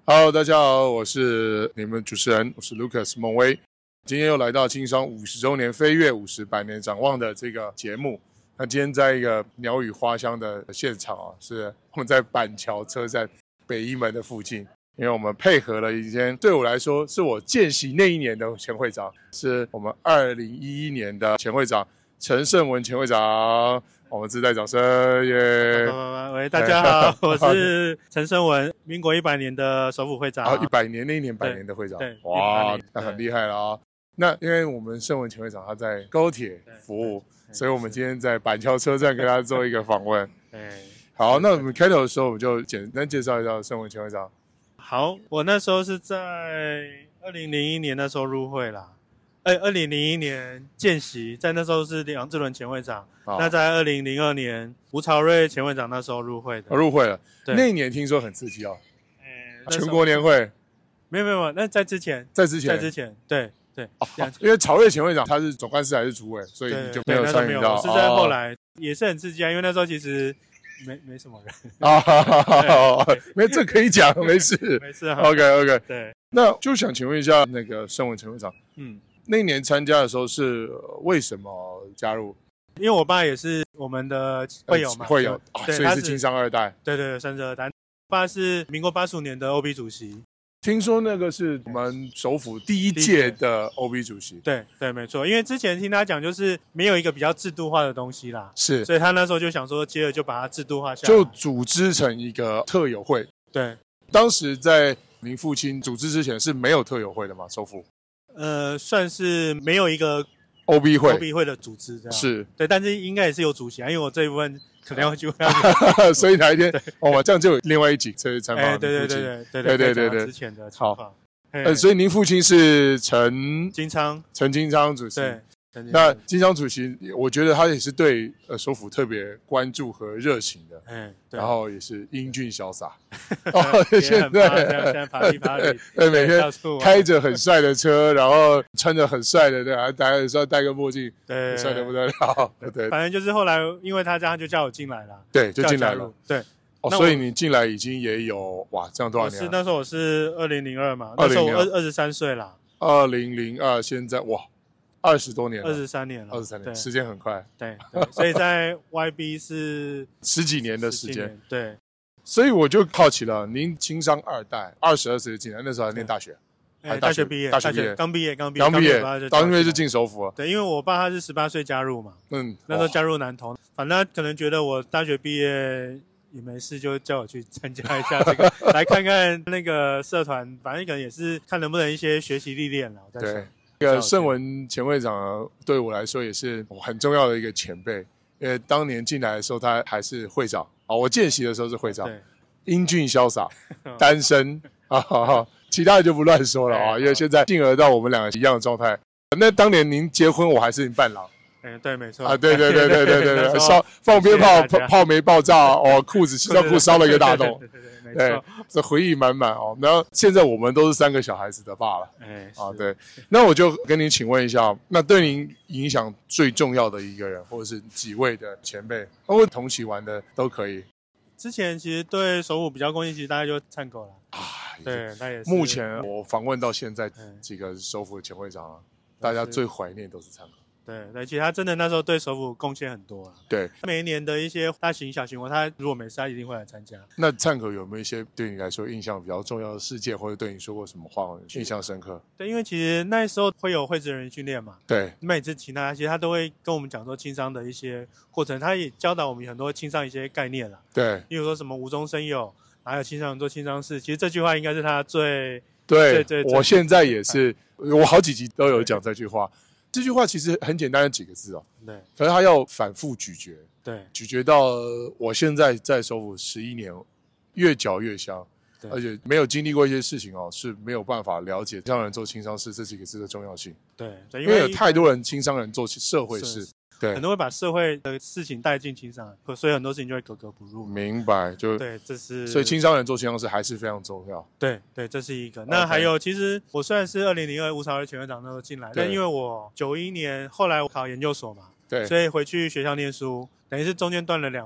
Hello， 大家好，我是你们主持人，我是 Lucas 孟威。今天又来到青商50周年飞跃50百年展望的这个节目。那今天在一个鸟语花香的现场啊，是我们在板桥车站北一门的附近，因为我们配合了一间对我来说是我见习那一年的前会长，是我们2011年的前会长陈胜文前会长。我们自带掌声耶！ 喂，大家好，我是陈胜文，民国100年的首府会长。 100年那一年100年的会长， 对， 哇，那很厉害了啊！那因为我们胜文前会长他在高铁服务，所以我们今天在板桥车站跟他做一个访问。好，那我们开头的时候我们就简单介绍一下胜文前会长。 好，我那时候是在2001年那时候入会啦。2001年见习，在那时候是杨志伦前会长。那在2002年，吴朝瑞前会长那时候入会的。 入会了，那一年听说很刺激哦。全国年会？ 没有，那在之前，对。 因为朝瑞前会长他是总干事还是主委，所以你就没有参与到。 我是在后来，也是很刺激啊，因为那时候其实没什么人没这可以讲，没事。OK。 对， 那就想请问一下那个胜文前会长，那一年参加的时候是为什么加入？ 因为我爸也是我们的会友嘛， 所以是经商二代。 对，三十二代。我爸是民国85年的 OB 主席。 听说那个是我们首府第一届的 OB 主席。 对，没错。因为之前听他讲，就是没有一个比较制度化的东西啦， 是， 所以他那时候就想说，接着就把它制度化下来， 就组织成一个特友会。 对， 当时在您父亲组织之前是没有特友会的嘛，首府？ 算是没有一个 OB 会的组织这样。 是， 对，但是应该也是有主席啊，因为我这一部分可能要去问他。 所以哪一天这样就有另外一集这采访。 对，之前的情况。 所以您父亲是陈金昌主席。 对。 那金昌主席，我觉得他也是对首府特别关注和热情的，然后也是英俊潇洒。现在爬里， 每天开着很帅的车，然后穿着很帅的，戴个墨镜，对，帅得不得了。对， 反正就是后来因为他这样就叫我进来了， 对，就进来了， 对。 所以你进来已经也有这样多少年？ 那时候我是2002嘛，那时候我23岁啦。 2002，现在20多年了 ，23年了 ，23年，时间很快。 对，所以在 YB 是 10几年的时间。 对， 所以我就好奇了，您经商二代，22岁就进来，那时候还念大学， 大学毕业，刚毕业就进首府了。 对，因为我爸他是18岁加入嘛，那时候加入南投，反正他可能觉得我大学毕业也没事，就叫我去参加一下这个，来看看那个社团，反正可能也是看能不能一些学习历练了。 对。这个胜文前会长对我来说也是很重要的一个前辈，因为当年进来的时候他还是会长我见习的时候是会长，英俊潇洒，单身其他的就不乱说了因为现在进而到我们两个一样的状态。那当年您结婚，我还是您伴郎。 对，没错对，放鞭炮没爆炸西装裤烧了一个大洞。对，这回忆满满然后现在我们都是3个小孩子的爸了。对。那我就跟您请问一下，那对您影响最重要的一个人，或者是几位的前辈，或者同期玩的都可以。 之前其实对首府比较贡献，其实大概就灿狗了对，那也是。 目前我访问到现在几个首府的前会长大家最怀念都是灿狗。 对，其实他真的那时候对首府贡献很多对， 每一年的一些大型小型活，他如果没事，他一定会来参加。 那灿狗有没有一些对你来说印象比较重要的事件，或者对你说过什么话印象深刻？ 对，因为其实那时候会有会职人员训练嘛。 对， 每次其他都会跟我们讲说经商的一些过程，他也教导我们很多经商一些概念啦。 对， 例如说什么无中生有，哪有经商人做经商事，其实这句话应该是他最我现在也是，我好几集都有讲这句话。这句话其实很简单的几个字对， 可是他要反复咀嚼， 对， 咀嚼到我现在在首府11年，越嚼越香，而且没有经历过一些事情是没有办法了解商人做经商事这几个字的重要性。 对， 因为有太多人经商人做社会事，对， 很多会把社会的事情带进经商，所以很多事情就会格格不入。 明白， 对，这是所以经商人做经商事还是非常重要。 对，这是一个。那还有，其实我虽然是2002吴朝瑞前会长那时候进来，但因为我91年后来我考研究所嘛，对，所以回去学校念书，等于是中间断了2年。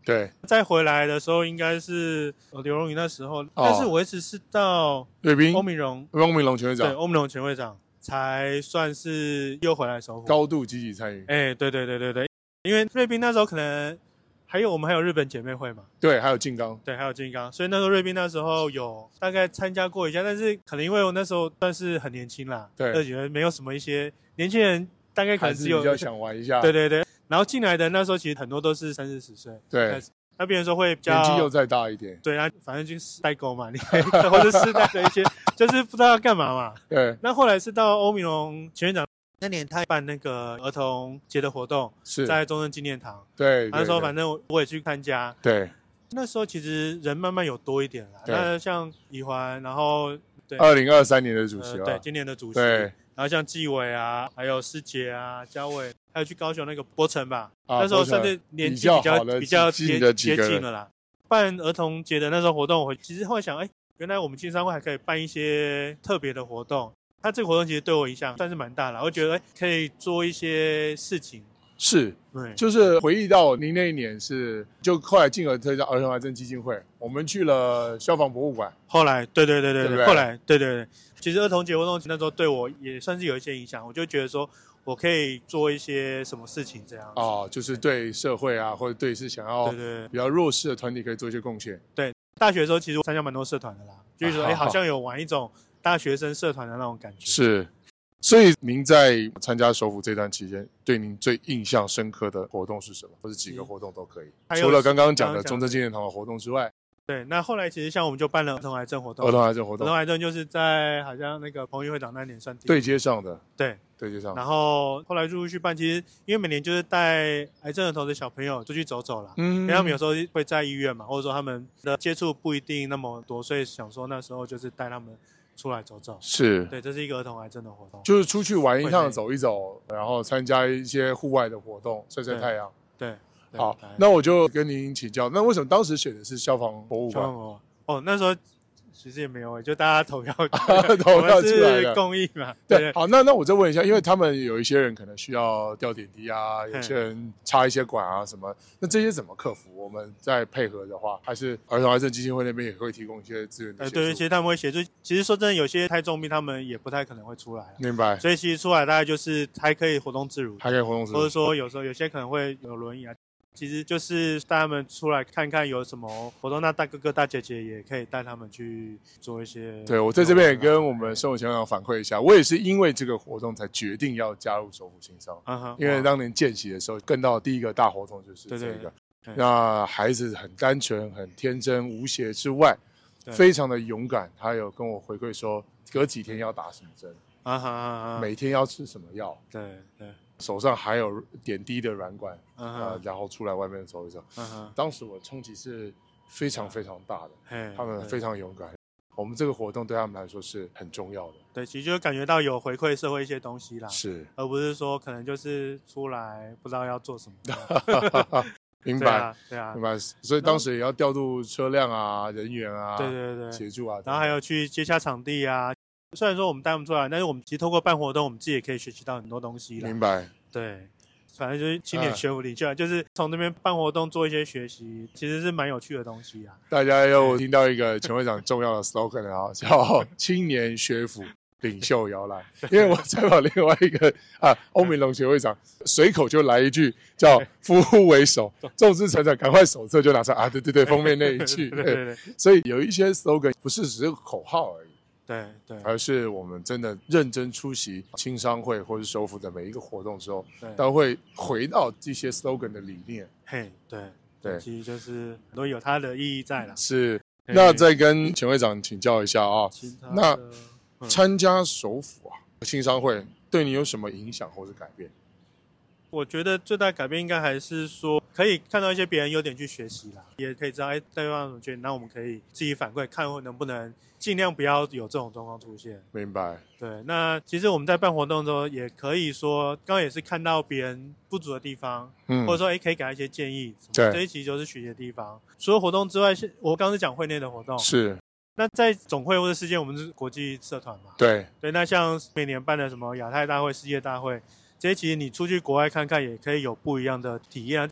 对， 再回来的时候应该是刘荣宇那时候，但是我一直是到瑞斌、 欧明荣前会长， 对，欧明荣前会长才算是又回来守护， 高度积极参与。 对，因为瑞斌那时候可能我们还有日本姐妹会嘛， 对，还有静冈， 对，还有静冈，所以那时候瑞斌那时候有大概参加过一下，但是可能因为我那时候算是很年轻啦， 对， 觉得没有什么一些年轻人大概可能只有比较想玩一下， 对，然后进来的那时候其实很多都是30-40岁， 对， 那别人说会比较年纪又再大一点， 对啊，反正就是代沟嘛，你或者世代的一些就是不知道要干嘛嘛， 对， 那后来是到欧明荣前院长。那年他办那个儿童节的活动，是在中正纪念堂。 对， 那时候反正我也去参加。 对， 那时候其实人慢慢有多一点啦。那像以环，然后对 2023年的主席对，今年的主席。对，然后像纪委啊，还有师姐啊、嘉伟，还有去高雄那个波城吧。那时候算是年纪比较接近了啦。办儿童节的那时候活动，我其实后来想，原来我们青商会还可以办一些特别的活动。他这个活动其实对我影响算是蛮大的，我觉得可以做一些事情。 是，就是回忆到您那一年就后来进而推到儿童癌症基金会，我们去了消防博物馆。 后来，对，后来，对，其实儿童节活动那时候对我也算是有一些影响，我就觉得说我可以做一些什么事情这样。 就是对社会啊，或者对是想要比较弱势的团体可以做一些贡献。 对，大学的时候其实我参加蛮多社团的啦，就是说好像有玩一种大学生社团的那种感觉。 是，所以您在参加首府这段期间，对您最印象深刻的活动是什么？或者几个活动都可以，除了刚刚讲的中正纪念堂的活动之外。 对，那后来其实像我们就办了儿童癌症活动。 儿童癌症活动， 儿童癌症就是在好像那个彭玉会长那年算对接上的。 对接上。 然后后来陆续办，其实因为每年就是带癌症儿童的小朋友出去走走啦，因为他们有时候会在医院嘛，或者说他们的接触不一定那么多，所以想说那时候就是带他们出来走走。 是， 对，这是一个儿童癌症的活动， 就是出去玩一趟走一走，然后参加一些户外的活动，晒晒太阳。 对， 好，那我就跟您请教，那为什么当时选的是消防博物馆？ 那时候其实也没有，就大家投票投票出来的公益嘛。 对，好，那我再问一下，因为他们有一些人可能需要吊点滴啊，有些人插一些管啊什么，那这些怎么克服？我们在配合的话，还是儿童癌症基金会那边也会提供一些资源的协助。 对，其实他们会协助。其实说真的，有些太重病，他们也不太可能会出来。 明白。 所以其实出来大概就是还可以活动自如，或者说有时候有些可能会有轮椅啊。其实就是带他们出来看看有什么活动，那大哥哥大姐姐也可以带他们去做一些。 对，我在这边也跟我们生活前长反馈一下，我也是因为这个活动才决定要加入首府青商，因为当年见习的时候跟到第一个大活动就是这个。那孩子很单纯、很天真、无邪之外，非常的勇敢。他有跟我回馈说，隔几天要打什么针，每天要吃什么药。 对。 手上还有点滴的软管，然后出来外面走一走。当时我冲击是非常非常大的，他们非常勇敢。我们这个活动对他们来说是很重要的。 对，其实就感觉到有回馈社会一些东西啦， 是， 而不是说可能就是出来不知道要做什么。 明白， 对啊， 明白。所以当时也要调度车辆啊、人员啊， 对， 协助啊， 然后还有去接洽场地啊。虽然说我们带他们出来，但是我们其实透过办活动，我们自己也可以学习到很多东西啦。 明白。 对，反正就是青年学府领袖，就是从那边办活动做一些学习，其实是蛮有趣的东西啊。 大家又听到一个前会长重要的 slogan 啊，叫青年学府领袖摇篮。因为我采访另外一个欧明龙前会长，随口就来一句叫服务为首，众志成城，赶快手册就拿上对，封面那一句。对，所以有一些 slogan 不是只是口号而已。 对， 而是我们真的认真出席青商会或是首府的每一个活动之后，都会回到这些 slogan 的理念。 对，其实就是都有它的意义在啦。 是，那再跟前会长请教一下啊，那参加首府青商会对你有什么影响或是改变？ 我觉得最大改变应该还是说，可以看到一些别人优点去学习啦，也可以知道对方怎么觉得，那我们可以自己反馈，看能不能尽量不要有这种状况出现。 明白。 对，那其实我们在办活动中也可以说，刚刚也是看到别人不足的地方，或者说可以给他一些建议，对，这一集就是学习的地方。除了活动之外，我刚刚是讲会内的活动， 是。 那在总会或者世界，我们是国际社团嘛， 对， 那像每年办的什么亚太大会、世界大会。这些其实你出去国外看看，也可以有不一样的体验。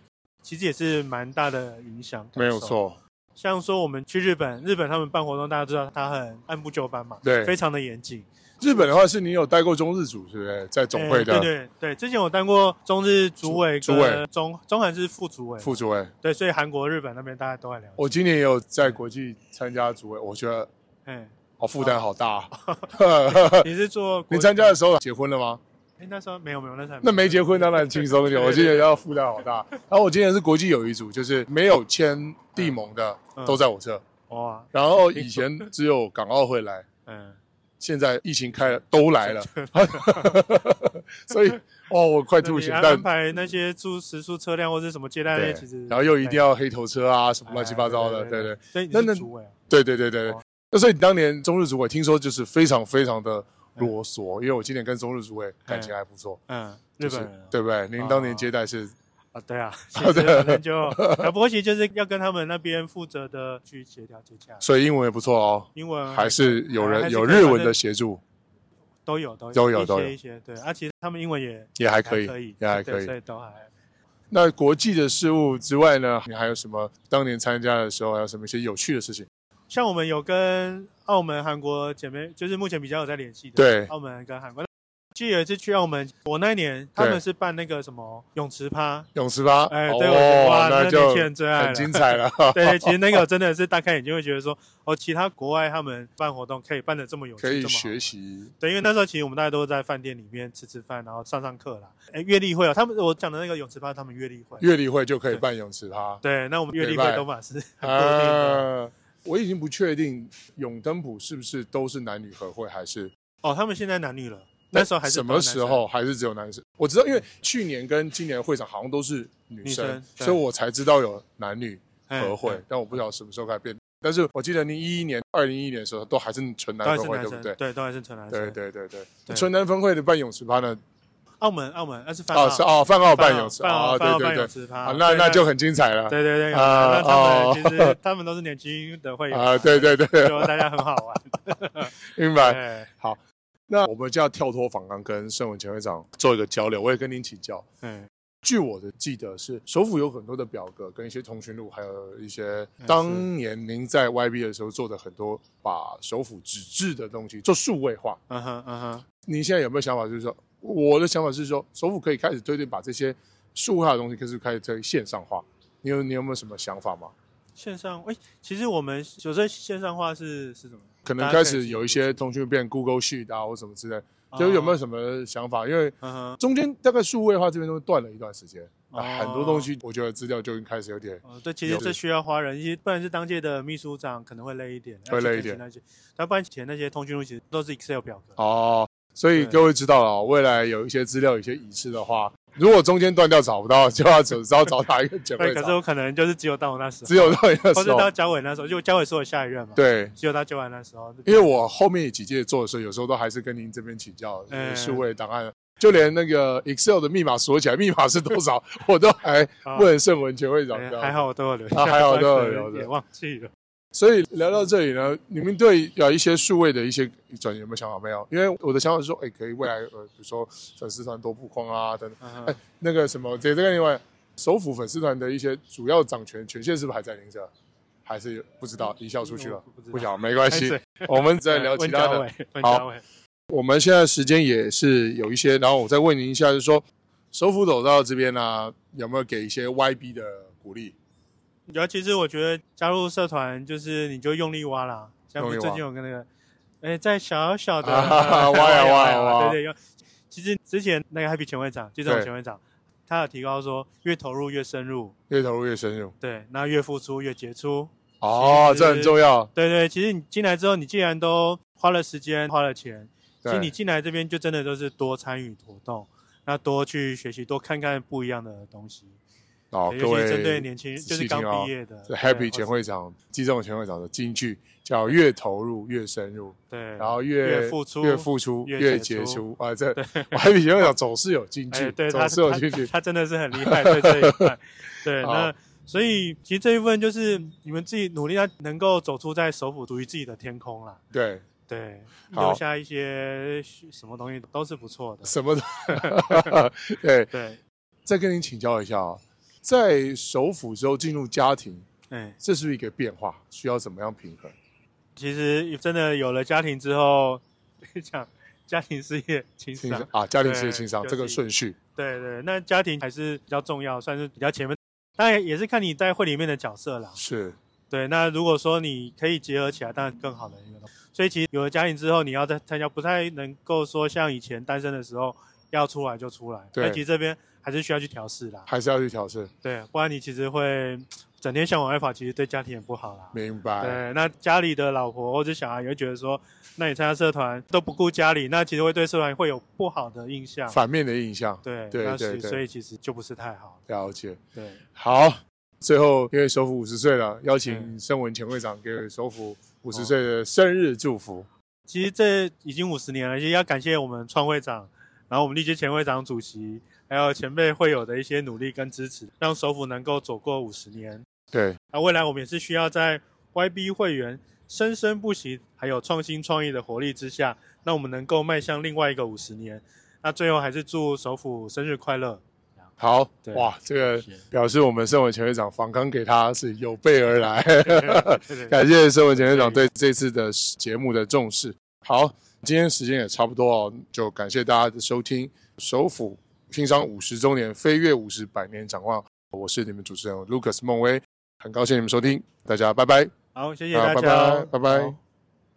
其实也是蛮大的影响。 没有错。 像说我们去日本他们办活动，大家知道他很按部就班嘛， 对， 非常的严谨。 日本的话是你有带过中日组是不是？在总会的。 对，之前我当过中日主委跟中韩是副主委。 副主委。 对，所以韩国、日本那边大家都还了解。 我今年也有在国际参加主委，我觉得，负担好大。 你是做？ 你参加的时候结婚了吗？ 那时候没有， 那没结婚当然轻松一点。我今年要负担好大。然后我今年是国际友谊组，就是没有签地盟的都在我这。哇！然后以前只有港澳会来。现在疫情开了，都来了，所以我快吐血。 安排那些时速车辆或者什么接待那些，其实然后又一定要黑头车啊，什么乱七八糟的，对。 所以你是主委啊？ 对。那所以当年中日主委听说就是非常非常的啰嗦，因为我今年跟中日主委感情还不错。 日本人对不对？您当年接待是？ 对啊，其实可能就不过其实就是要跟他们那边负责的去协调接洽， 所以英文也不错哦。 英文还是有日文的协助， 都有一些对。其实他们英文也还可以， 所以都还。 那国际的事务之外呢，你还有什么当年参加的时候还有什么一些有趣的事情？ 像我们有跟澳门、韩国姐妹，就是目前比较有在联系的， 对， 澳门跟韩国。记得有一次去澳门，我那一年他们是办那个什么泳池趴， 对， 哇，那年轻人最爱了， 很精彩了。 对，其实那个真的是大开眼界，会觉得说，其他国外他们办活动可以办得这么有趣， 可以学习。 对，因为那时候其实我们大家都在饭店里面吃饭，然后上课啦。阅历会我讲的那个泳池趴，他们阅历会就可以办泳池趴。 对，那我们阅历会都嘛是很固定的。 我已经不确定永登浦是不是都是男女合会，还是他们现在男女了。那时候还是什么时候还是只有男生？我知道，因为去年跟今年的会长好像都是女生，所以我才知道有男女合会，但我不知道什么时候开始变。但是我记得2011年的时候都还是纯男分会，对不对？ 对，都还是纯男生。 对。纯男分会的办泳池趴呢？ 澳门那是泛澳泛澳办泳池对， 那就很精彩了。 对那他们其实他们都是年轻的会员对， 就大家很好玩。 明白。好。那我们就要跳脱访纲，跟盛文前会长做一个交流。我也跟您请教。据我的记得是，首府有很多的表格，跟一些通讯录，还有一些当年您在 YB 的时候做的很多把首府纸质的东西做数位化。您现在有没有想法？就是说，我的想法是说，首府可以开始推把这些数位化的东西开始在线上化。你有没有什么想法吗？ 线上，其实我们有时候线上化是什么？ 可能开始有一些通讯变 Google Sheet 或什么之类，就有没有什么想法？因为中间大概数位化这边都断了一段时间，很多东西我觉得资料就开始有点。 对，其实这需要花人，不然是当届的秘书长可能会累一点， 会累一点。 要不然以前那些通讯录其实都是 Excel 表格。 所以各位知道了，未来有一些资料、有一些遗失的话，如果中间断掉找不到，就要找哪一个检会长。 可是我可能就是只有到我那时候，或者到焦伟那时候，就焦伟是我下一任嘛。 对， 只有到焦伟那时候。 因为我后面几届做的时候，有时候都还是跟您这边请教数位档案，就连那个 Excel 的密码锁起来，密码是多少，我都还问盛文前会长。 还好我都有留下， 还好都有留着， 也忘记了。 所以聊到这里呢，你们对一些数位的一些转有没有想法？没有，因为我的想法是说，可以未来比如说粉丝团多曝光啊等等。那个什么，这个另外首府粉丝团的一些主要掌权权限是不是还在您这？还是不知道移销出去了？不晓得，没关系，我们再聊其他的。好，我们现在时间也是有一些，然后我再问您一下，就是说首府走到这边呢，有没有给一些 YB 的鼓励？ 其实我觉得加入社团就是你就用力挖啦，像最近有跟那个，在小小的挖呀， 对，其实之前那个 Happy 前会长，金正前会长，他有提高说越投入越深入，对，那越付出越杰出。 这很重要。 对，其实你进来之后，你既然都花了时间花了钱，其实你进来这边就真的都是多参与活动，那多去学习，多看看不一样的东西。 各位针对年轻人，就是刚毕业的 Happy 前会长、基正前会长的金句叫越投入越深入， 对， 然后越付出越杰出这Happy 前会长总是有金句，总是有金句， 他真的是很厉害在这一块。对，那所以其实这一部分就是你们自己努力，能够走出在首府属于自己的天空啦。 对， 留下一些什么东西都是不错的。 什么？对，再跟您请教一下在首府之后进入家庭，这是不是一个变化？需要怎么样平衡？ 其实真的有了家庭之后，讲家庭事业轻商啊，家庭事业轻商这个顺序， 对，那家庭还是比较重要，算是比较前面。当然也是看你在会里面的角色啦。 是， 对。那如果说你可以结合起来，当然更好的一个东西。所以其实有了家庭之后，你要再参加，不太能够说像以前单身的时候要出来就出来。对。其实这边还是需要去调试啦。 还是要去调试。 对，不然你其实会整天向往外跑，其实对家庭也不好啦。 明白。 对，那家里的老婆或者小孩也会觉得说，那你参加社团都不顾家里，那其实会对社团会有不好的印象， 反面的印象。 对，所以其实就不是太好。 了解。 对， 好。最后，因为首府50岁了，邀请盛文前会长给首府50岁的生日祝福。 其实这已经50年了，也要感谢我们创会长，然后我们历届前会长、主席，还有前辈会友的一些努力跟支持，让首府能够走过50年。 对， 那未来我们也是需要在 YB 会员生生不息，还有创新创意的活力之下，那我们能够迈向另外一个50年。那最后还是祝首府生日快乐。 好，哇，这个表示我们盛文前会长访纲给他是有备而来，感谢盛文前会长对这次的节目的重视。好，今天时间也差不多哦，就感谢大家的收听。首府轻商50周年飞跃50百年展望，我是你们主持人 Lucas 孟威，很高兴你们收听，大家拜拜。 好，谢谢大家， 拜拜。